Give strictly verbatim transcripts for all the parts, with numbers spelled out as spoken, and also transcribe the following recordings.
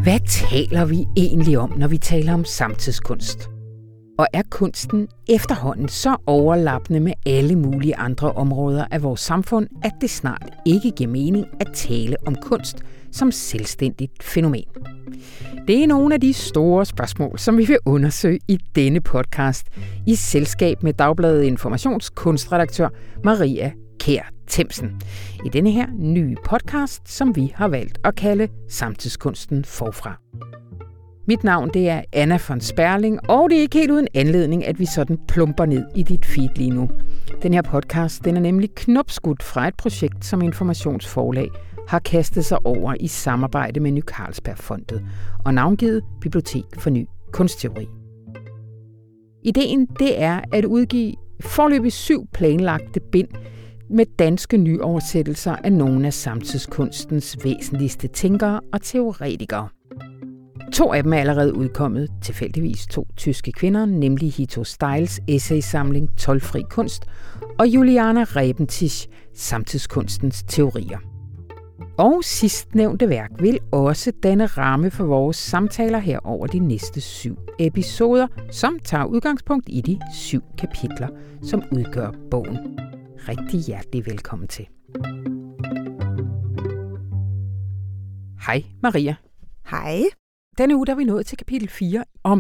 Hvad taler vi egentlig om, når vi taler om samtidskunst? Og er kunsten efterhånden så overlappende med alle mulige andre områder af vores samfund, at det snart ikke giver mening at tale om kunst som selvstændigt fænomen? Det er nogle af de store spørgsmål, som vi vil undersøge i denne podcast i selskab med Dagbladet Informations kunstredaktør Maria Kjær Themsen. I denne her nye podcast, som vi har valgt at kalde Samtidskunsten forfra. Mit navn det er Anna von Sperling, og det er ikke helt uden anledning, at vi sådan plumper ned i dit feed lige nu. Den her podcast den er nemlig knopskudt fra et projekt, som Informationsforlag har kastet sig over i samarbejde med Ny Carlsbergfondet og navngivet Bibliotek for Ny Kunstteori. Ideen det er at udgive foreløbig syv planlagte bind med danske nyoversættelser af nogle af samtidskunstens væsentligste tænkere og teoretikere. To af dem er allerede udkommet, tilfældigvis to tyske kvinder, nemlig Hito Steyls essaysamling Toldfri kunst og Juliana Rebentisch Samtidskunstens teorier. Og sidstnævnte værk vil også danne ramme for vores samtaler her over de næste syv episoder, som tager udgangspunkt i de syv kapitler, som udgør bogen. Rigtig hjertelig velkommen til. Hej Maria. Hej. Denne uge der er vi nået til kapitel fire om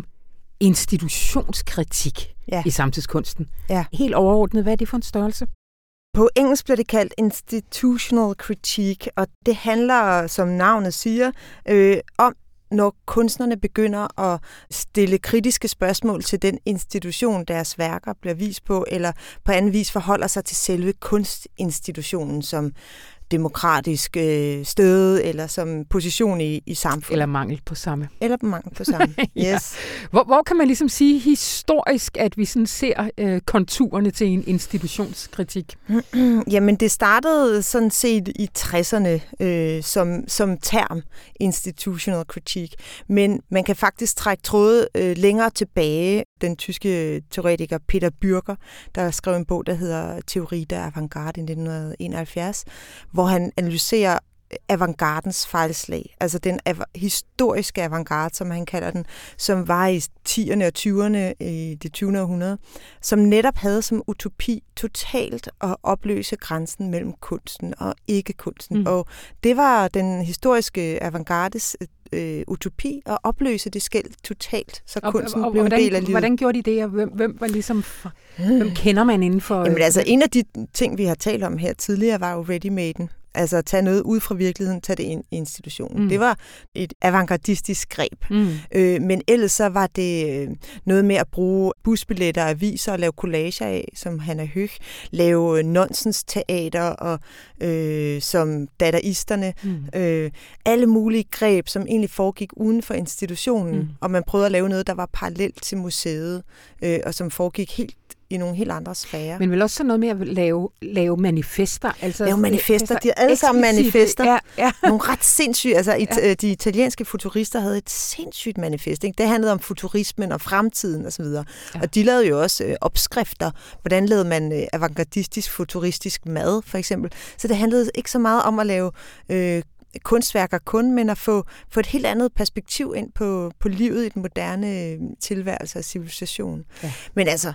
institutionskritik ja. i samtidskunsten. Ja. Helt overordnet, hvad er det for en størrelse? På engelsk bliver det kaldt institutional critique, og det handler, som navnet siger, øh, om, når kunstnerne begynder at stille kritiske spørgsmål til den institution, deres værker bliver vist på, eller på anden vis forholder sig til selve kunstinstitutionen som demokratisk øh, sted, eller som position i, i samfundet. Eller mangel på samme. Eller mangel på samme, ja. yes. Hvor, hvor kan man ligesom sige historisk, at vi sådan ser øh, konturerne til en institutionskritik? Jamen, det startede sådan set i tresserne øh, som, som term, institutional critique. Men man kan faktisk trække tråde øh, længere tilbage. Den tyske teoretiker Peter Bürger, der skrev en bog, der hedder Teori der Avantgarde i nitten enoghalvfjerds, hvor han analyserer avantgardens fejlslag, altså den av- historiske avantgarde, som han kalder den, som var i tierne og tyverne i det tyvende århundrede, som netop havde som utopi totalt at opløse grænsen mellem kunsten og ikke-kunsten. Mm. Og det var den historiske avantgardes øh, utopi at opløse det skel totalt, så og, kunsten og, og, blev en hvordan, del af livet. Hvordan gjorde de det, og hvem, hvem var ligesom, hvem kender man inden for? Jamen altså, en af de ting, vi har talt om her tidligere, var jo ready-maden. Altså at tage noget ud fra virkeligheden, tage det ind i institutionen. Mm. Det var et avantgardistisk greb. Mm. Øh, men ellers så var det noget med at bruge busbilletter og aviser og lave collager af, som Hanna Høch, lave nonsensteater og øh, som dadaisterne. Mm. Øh, alle mulige greb, som egentlig foregik uden for institutionen, mm. og man prøvede at lave noget, der var parallelt til museet, øh, og som foregik helt i nogle helt andre sfærer. Men vel også sådan noget med at lave, lave manifester. Altså lave manifester. De er alle sammen manifester. Ja, ja. Nogle ret sindssyge. Altså, ja. De italienske futurister havde et sindssygt manifest. Ikke? Det handlede om futurismen og fremtiden osv. Og, ja. og de lavede jo også øh, opskrifter. Hvordan lavede man øh, avantgardistisk, futuristisk mad, for eksempel. Så det handlede ikke så meget om at lave øh, kunstværker kun, men at få, få et helt andet perspektiv ind på, på livet i den moderne tilværelse og civilisation. Ja. Men altså,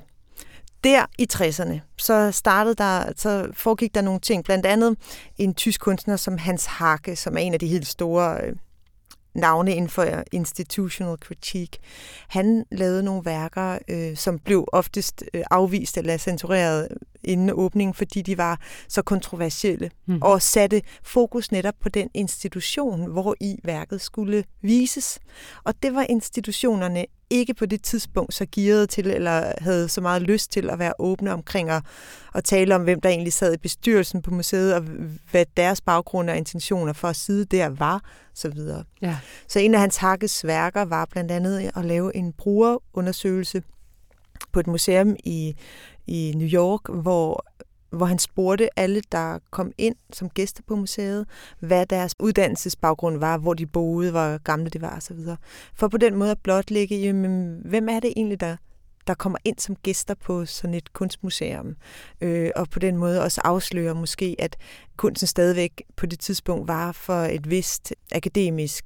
der i tresserne, så startede der, så foregik der nogle ting. Blandt andet en tysk kunstner som Hans Hake, som er en af de helt store øh, navne inden for institutional critique. Han lavede nogle værker, øh, som blev oftest øh, afvist eller censureret inden åbningen, fordi de var så kontroversielle, mm. og satte fokus netop på den institution, hvor i værket skulle vises. Og det var institutionerne ikke på det tidspunkt så gearet til, eller havde så meget lyst til at være åbne omkring at, at tale om, hvem der egentlig sad i bestyrelsen på museet, og hvad deres baggrund og intentioner for at sidde der var, så videre. Ja. Så en af hans Hakes værker var blandt andet at lave en brugerundersøgelse på et museum i, i New York, hvor hvor han spurgte alle, der kom ind som gæster på museet, hvad deres uddannelsesbaggrund var, hvor de boede, hvor gamle de var osv. For på den måde at blotlægge, jamen, hvem er det egentlig, der, der kommer ind som gæster på sådan et kunstmuseum, øh, og på den måde også afslører måske, at kunsten stadigvæk på det tidspunkt var for et vist akademisk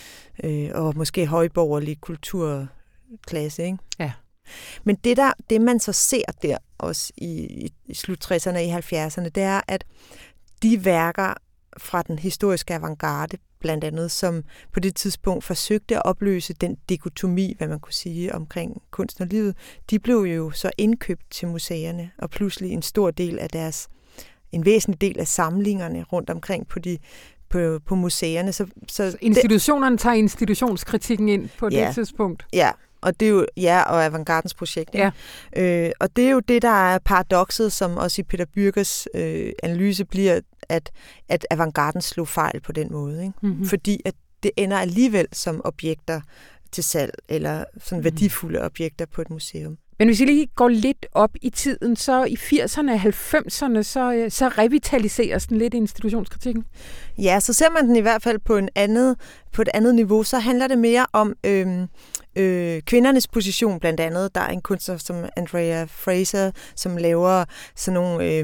øh, og måske højborgerlig kulturklasse, ikke? Ja. Men det, der, det man så ser der også i, i, i slut tresserne og i halvfjerdserne, det er, at de værker fra den historiske avantgarde, blandt andet, som på det tidspunkt forsøgte at opløse den dikotomi, hvad man kunne sige, omkring kunsten og livet, de blev jo så indkøbt til museerne, og pludselig en stor del af deres, en væsentlig del af samlingerne rundt omkring på de på, på museerne. Så, så, så institutionerne det, tager institutionskritikken ind på ja, det tidspunkt? Ja, og det er jo, ja, og avantgardens projekt. Ja. Øh, og det er jo det, der er paradokset, som også i Peter Bürgers øh, analyse bliver, at, at avantgarden slog fejl på den måde. Ikke? Mm-hmm. Fordi at det ender alligevel som objekter til salg, eller sådan mm-hmm. værdifulde objekter på et museum. Men hvis I lige går lidt op i tiden, så i firserne og halvfemserne, så, så revitaliseres den lidt institutionskritikken? Ja, så ser man den i hvert fald på, en andet, på et andet niveau. Så handler det mere om øh, øh, kvindernes position blandt andet. Der er en kunstner som Andrea Fraser, som laver sådan nogle... Øh,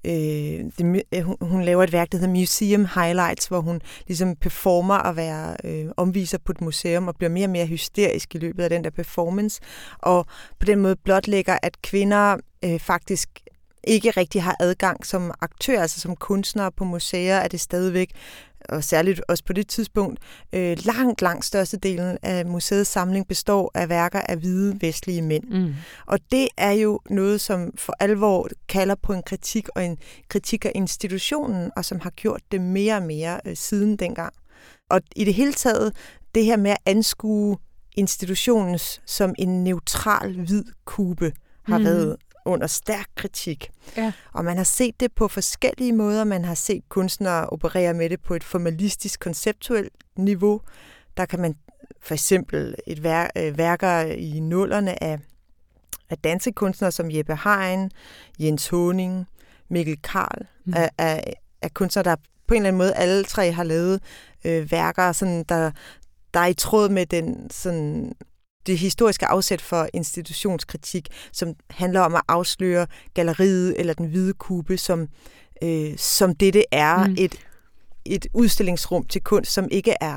øh, det, hun, hun laver et værk, der hedder Museum Highlights, hvor hun ligesom performer at være øh, omviser på et museum og bliver mere og mere hysterisk i løbet af den der performance. Og på den måde blotlægger, at kvinder øh, faktisk ikke rigtig har adgang som aktører, altså som kunstnere på museer, er det stadigvæk, og særligt også på det tidspunkt, øh, langt, langt størstedelen af museets samling består af værker af hvide, vestlige mænd. Mm. Og det er jo noget, som for alvor kalder på en kritik, og en kritik af institutionen, og som har gjort det mere og mere øh, siden dengang. Og i det hele taget, det her med at anskue institutionen som en neutral, hvid kube, har mm. været under stærk kritik. Ja. Og man har set det på forskellige måder. Man har set kunstnere operere med det på et formalistisk, konceptuelt niveau. Der kan man for eksempel et vær, øh, værker i nullerne af, af dansekunstnere som Jeppe Hein, Jens Honing, Mikkel Karl, mm. af, af, af kunstnere, der på en eller anden måde alle tre har lavet øh, værker, sådan, der, der er i tråd med den sådan det historiske afsæt for institutionskritik, som handler om at afsløre galleriet eller den hvide kube, som, øh, som det, det er, mm. et, et udstillingsrum til kunst, som ikke er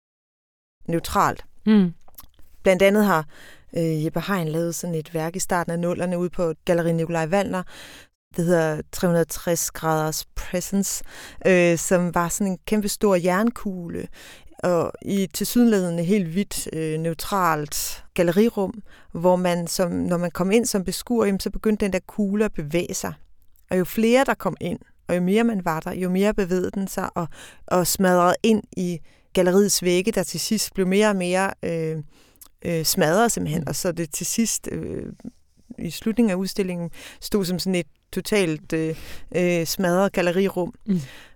neutralt. Mm. Blandt andet har øh, Jeppe Hein lavet sådan et værk i starten af nullerne ude på Galleri Nikolaj Wallner, det hedder tre hundrede og tres graders presence, øh, som var sådan en kæmpe stor jernkugle, og i tilsyneladende helt hvidt, øh, neutralt gallerirum, hvor man, som, når man kom ind som beskuer, så begyndte den der kugle at bevæge sig. Og jo flere, der kom ind, og jo mere man var der, jo mere bevægede den sig og, og smadrede ind i galleriets vægge, der til sidst blev mere og mere øh, øh, smadret simpelthen. Og så det til sidst, øh, i slutningen af udstillingen, stod som sådan et totalt øh, øh, smadret gallerirum. Mm.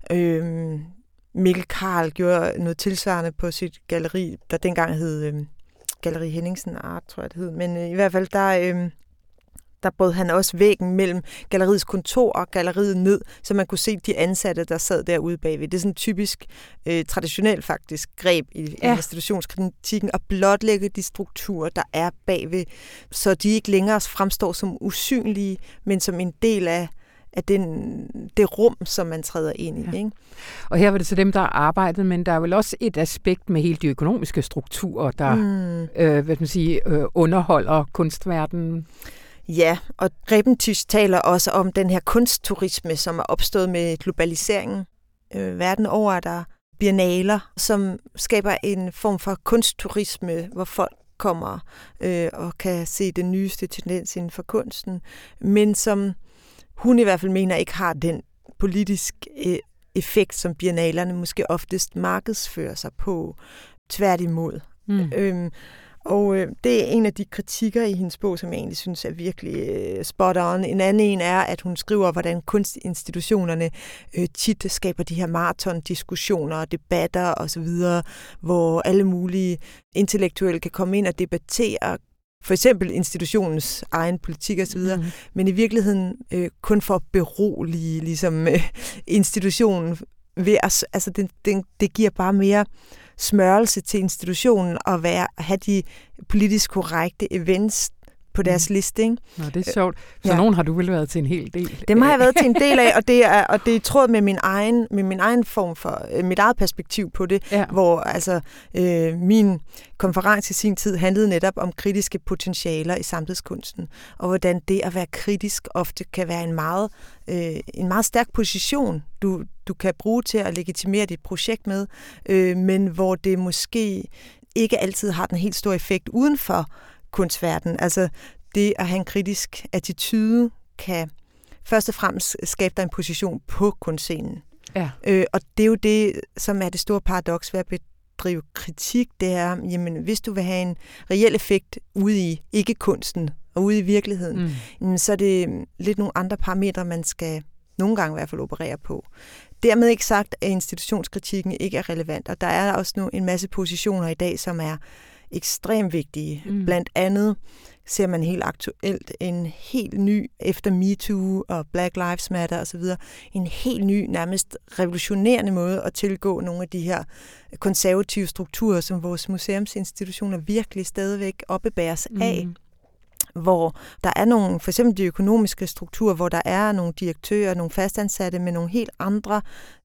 Øh, Mikkel Karl gjorde noget tilsvarende på sit galleri, der dengang hed øh, Galleri Henningsen Art, tror jeg det hed. Men øh, i hvert fald, der, øh, der brød han også væggen mellem galleriets kontor og galleriet ned, så man kunne se de ansatte, der sad derude bagved. Det er sådan typisk øh, traditionelt faktisk greb i ja. institutionskritikken at blotlægge de strukturer, der er bagved, så de ikke længere fremstår som usynlige, men som en del af af den, det rum, som man træder ind i. Ja. Ikke? Og her var det så dem, der arbejdede, men der er vel også et aspekt med hele de økonomiske strukturer, der mm. øh, hvad man sige, øh, underholder kunstverdenen. Ja, og Rebentisch taler også om den her kunstturisme, som er opstået med globaliseringen. Øh, verden over er der biennaler, som skaber en form for kunstturisme, hvor folk kommer øh, og kan se den nyeste tendens inden for kunsten, men som hun i hvert fald mener ikke har den politiske effekt, som biennalerne måske oftest markedsfører sig på. Tværtimod. Mm. Øhm, og øh, det er en af de kritikker i hendes bog, som jeg egentlig synes er virkelig øh, spot on. En anden en er, at hun skriver, hvordan kunstinstitutionerne øh, tit skaber de her maraton-diskussioner og debatter osv., hvor alle mulige intellektuelle kan komme ind og debattere for eksempel institutionens egen politik osv., mm. men i virkeligheden øh, kun for at berolige ligesom, øh, institutionen. Ved at, altså det, det, det giver bare mere smørelse til institutionen at, være, at have de politisk korrekte events på deres mm. liste. Ikke? Nå, det er sjovt. Så ja. Nogen har du vel været til en hel del? Dem har jeg været til en del af, og det er, og det er i tråd med min egen, med min egen form for, øh, mit eget perspektiv på det, ja. Hvor altså øh, min konference i sin tid handlede netop om kritiske potentialer i samtidskunsten, og hvordan det at være kritisk ofte kan være en meget, øh, en meget stærk position, du, du kan bruge til at legitimere dit projekt med, øh, men hvor det måske ikke altid har den helt store effekt uden for kunstverdenen. Altså det at have en kritisk attitude kan først og fremmest skabe dig en position på kunstscenen. Ja. Øh, og det er jo det, som er det store paradoks ved at bedrive kritik, det er, jamen, hvis du vil have en reel effekt ude i ikke-kunsten og ude i virkeligheden, mm. jamen, så er det lidt nogle andre parametre, man skal nogle gange i hvert fald operere på. Dermed ikke sagt, at institutionskritikken ikke er relevant, og der er også nu en masse positioner i dag, som er ekstremt vigtige. Mm. Blandt andet ser man helt aktuelt en helt ny, efter MeToo og Black Lives Matter osv., en helt ny, nærmest revolutionerende måde at tilgå nogle af de her konservative strukturer, som vores museumsinstitutioner virkelig stadigvæk oppebæres mm. af. Hvor der er nogle, for eksempel de økonomiske strukturer, hvor der er nogle direktører, nogle fastansatte med nogle helt andre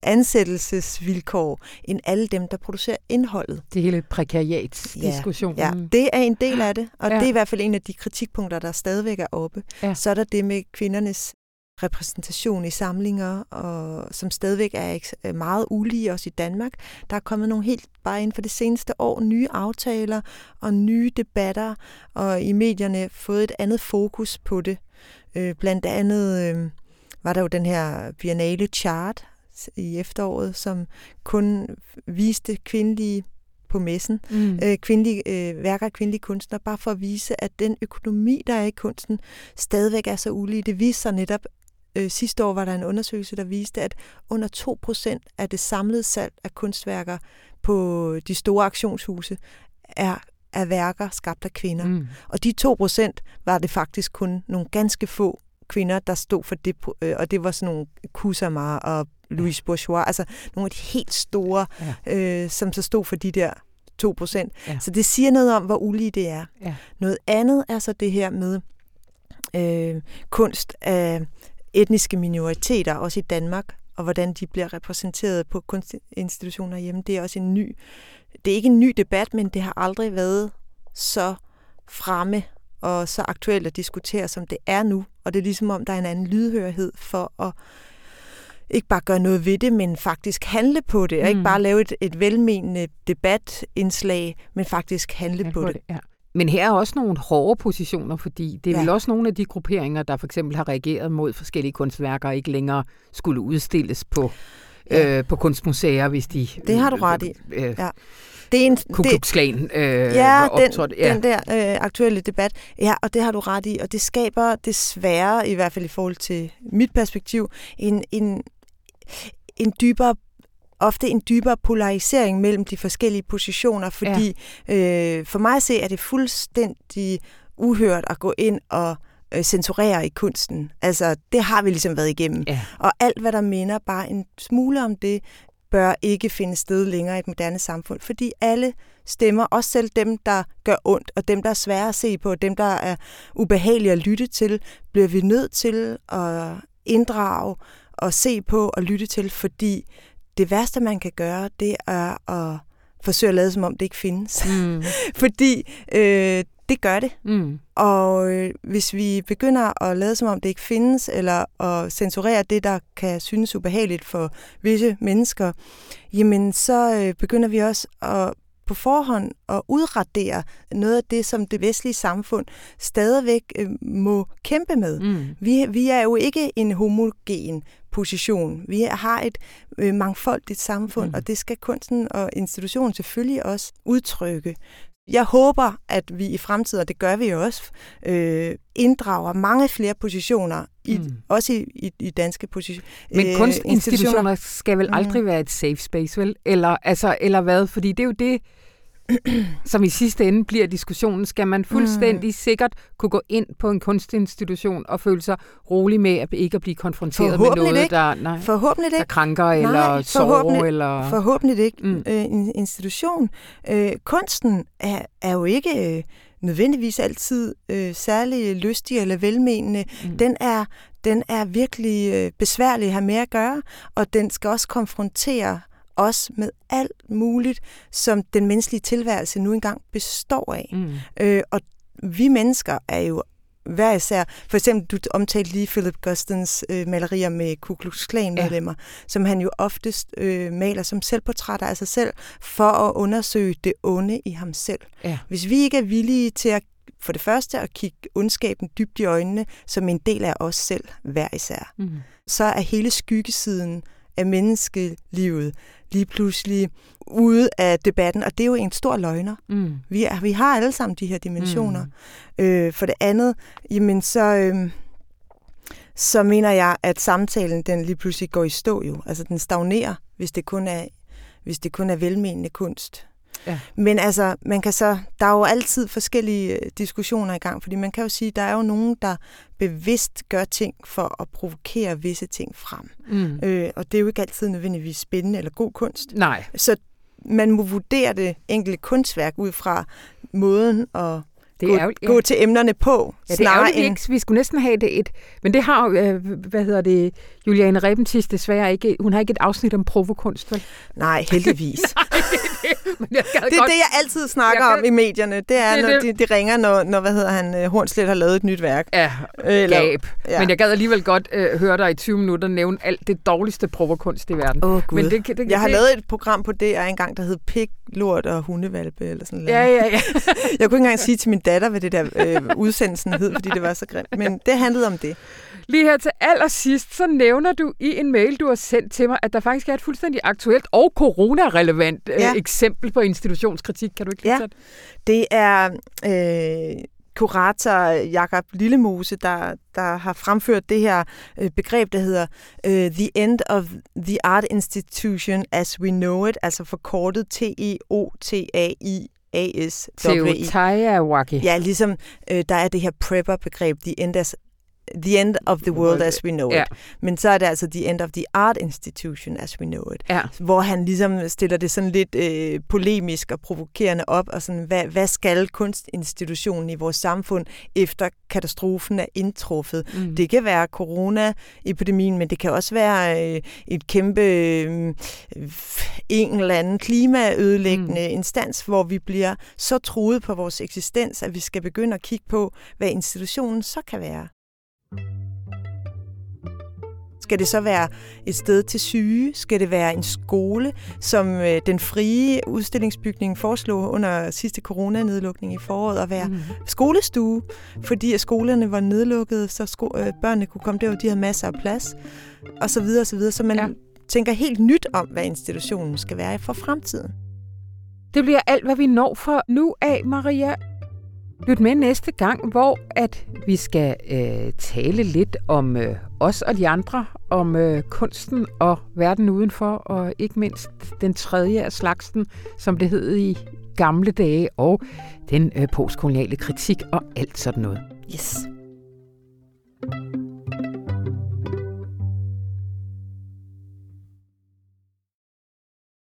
ansættelsesvilkår end alle dem, der producerer indholdet. Det hele prekariatsdiskussionen. Ja, ja, det er en del af det, og ja. Det er i hvert fald en af de kritikpunkter, der stadigvæk er oppe. Ja. Så er der det med kvindernes repræsentation i samlinger, og som stadigvæk er meget ulige også i Danmark. Der er kommet nogle helt, bare inden for det seneste år, nye aftaler og nye debatter, og i medierne fået et andet fokus på det. Øh, blandt andet øh, var der jo den her Biennale Chart i efteråret, som kun viste kvindelige på messen, mm. øh, kvindelige, øh, værker af kvindelige kunstnere, bare for at vise, at den økonomi, der er i kunsten, stadigvæk er så ulige. Det viser sig netop. Øh, sidste år var der en undersøgelse, der viste, at under to procent af det samlede salg af kunstværker på de store auktionshuse er, er værker skabt af kvinder. Mm. Og de to procent var det faktisk kun nogle ganske få kvinder, der stod for det, øh, og det var sådan nogle Kusama og Louise Bourgeois, altså nogle af de helt store, ja. øh, som så stod for de der to procent. Ja. Så det siger noget om, hvor ulige det er. Ja. Noget andet er så det her med øh, kunst af etniske minoriteter, også i Danmark, og hvordan de bliver repræsenteret på kunstinstitutioner hjemme. Det er også en ny, det er ikke en ny debat, men det har aldrig været så fremme og så aktuelt at diskutere, som det er nu. Og det er ligesom om, der er en anden lydhørighed for at ikke bare gøre noget ved det, men faktisk handle på det, og mm. ikke bare lave et, et velmenende debatindslag, men faktisk handle ja, på det. det. Ja. Men her er også nogle hårde positioner, fordi det er ja. vel også nogle af de grupperinger, der for eksempel har reageret mod forskellige kunstværker, ikke længere skulle udstilles på, ja. øh, på kunstmuseer, hvis de... Det har du ret i. Øh, ja. Det er en, Ku Klux Klan øh, ja, den, ja, den der øh, aktuelle debat. Ja, og det har du ret i, og det skaber desværre, i hvert fald i forhold til mit perspektiv, en, en, en dybere ofte en dybere polarisering mellem de forskellige positioner, fordi ja. øh, for mig at se, er det fuldstændig uhørt at gå ind og øh, censurere i kunsten. Altså, det har vi ligesom været igennem. Ja. Og alt, hvad der minder bare en smule om det, bør ikke finde sted længere i et moderne samfund, fordi alle stemmer, også selv dem, der gør ondt, og dem, der er svære at se på, og dem, der er ubehagelige at lytte til, bliver vi nødt til at inddrage og se på og lytte til, fordi det værste, man kan gøre, det er at forsøge at lade, som om det ikke findes. Mm. Fordi øh, det gør det. Mm. Og øh, hvis vi begynder at lade, som om det ikke findes, eller at censurere det, der kan synes ubehageligt for visse mennesker, jamen så øh, begynder vi også at på forhånd at udradere noget af det, som det vestlige samfund stadigvæk øh, må kæmpe med. Mm. Vi, vi er jo ikke en homogen position. Vi har et øh, mangfoldigt samfund, mm. og det skal kunsten og institutionen selvfølgelig også udtrykke. Jeg håber, at vi i fremtiden, og det gør vi jo også, øh, inddrager mange flere positioner, i, mm. også i, i, i danske positioner. Men øh, kunstinstitutioner skal vel aldrig mm. være et safe space, vel? Eller, altså, eller hvad? Fordi det er jo det, som i sidste ende bliver diskussionen. Skal man fuldstændig mm. sikkert kunne gå ind på en kunstinstitution og føle sig rolig med at ikke at blive konfronteret med noget, ikke. der, nej, forhåbentlig der krænker nej, eller sårer? Eller... Forhåbentlig ikke. Mm. Øh, en institution. Øh, kunsten er, er jo ikke nødvendigvis altid øh, særlig lystig eller velmenende. Mm. Den er den er virkelig øh, besværlig at have med at gøre, og den skal også konfrontere os med alt muligt, som den menneskelige tilværelse nu engang består af. Mm. Øh, og vi mennesker er jo hver især, for eksempel, du omtalte lige Philip Gustons øh, malerier med Ku Klux Klan-medlemmer, ja. som han jo oftest øh, maler som selvportrætter af sig selv, for at undersøge det onde i ham selv. Ja. Hvis vi ikke er villige til at, for det første, at kigge ondskaben dybt i øjnene, som en del af os selv, hver især, mm. så er hele skyggesiden af menneskelivet lige pludselig ude af debatten, og det er jo en stor løgner. Mm. Vi, er, vi har alle sammen de her dimensioner. Mm. Øh, for det andet, jamen så, øh, så mener jeg, at samtalen den lige pludselig går i stå jo. Altså den stagnerer, hvis det kun er, hvis det kun er velmenende kunst. Ja. Men altså, man kan så, der er jo altid forskellige diskussioner i gang, fordi man kan jo sige, der er jo nogen, der bevidst gør ting for at provokere visse ting frem. Mm. Øh, og det er jo ikke altid nødvendigvis spændende eller god kunst. Nej. Så man må vurdere det enkelte kunstværk ud fra måden at det gå, er jo, ja. gå til emnerne på. Ja, det er jo end... ikke. Vi skulle næsten have det et... Men det har jo, hvad hedder det, Juliane Rebentis desværre ikke... Hun har ikke et afsnit om provokunst, vel? Nej, heldigvis. Nej, det, det, det er godt. Det, jeg altid snakker jeg om kan... i medierne. Det er, det, når det. De, de ringer, når, når, hvad hedder han, Hornslet har lavet et nyt værk. Ja, Eller, gab. Ja. Men jeg gad alligevel godt øh, høre dig i tyve minutter nævne alt det dårligste provokunst i verden. Åh, oh, Gud. Men det, det, det, jeg har det... lavet et program på det, engang, der hed Pik, Lort og Hundevalpe, eller sådan noget. Ja, ja, ja. Jeg kunne ikke engang sige til min datter, hvad det der øh, udsendelsen hed, fordi det var så grimt. Men det handlede om det. Lige her til allersidst, så nævner du i en mail, du har sendt til mig, at der faktisk er et fuldstændig aktuelt og corona-relevant øh, ja. eksempel på institutionskritik. Kan du ikke lige ja. Det er øh, kurator Jakob Lillemose, der, der har fremført det her øh, begreb, der hedder øh, The End of the Art Institution as We Know It, altså forkortet T E O T A I A S W I. Teotihuacan. Ja, ligesom øh, der er det her prepper-begreb, the end, as, the end of the world as we know ja. it. Men så er det altså the end of the art institution as we know it. Ja. Hvor han ligesom stiller det sådan lidt øh, polemisk og provokerende op, og sådan, hvad, hvad skal kunstinstitutionen i vores samfund efter katastrofen er indtruffet? Mm. Det kan være corona-epidemien, men det kan også være øh, et kæmpe øh, en eller anden klimaødelæggende mm. instans, hvor vi bliver så truet på vores eksistens, at vi skal begynde at kigge på, hvad institutionen så kan være. Skal det så være et sted til syge? Skal det være en skole, som øh, den frie udstillingsbygning foreslog under sidste coronanedlukning i foråret, at være mm. skolestue, fordi at skolerne var nedlukket, så sko- øh, børnene kunne komme derud, de havde masser af plads, og så videre og så videre. Så man ja. tænker helt nyt om, hvad institutionen skal være for fremtiden. Det bliver alt, hvad vi når for nu af, Maria. Lyt med næste gang, hvor at vi skal øh, tale lidt om øh, os og de andre, om øh, kunsten og verden udenfor, og ikke mindst den tredje af slagsen, som det hed i gamle dage, og den øh, postkoloniale kritik og alt sådan noget. Yes.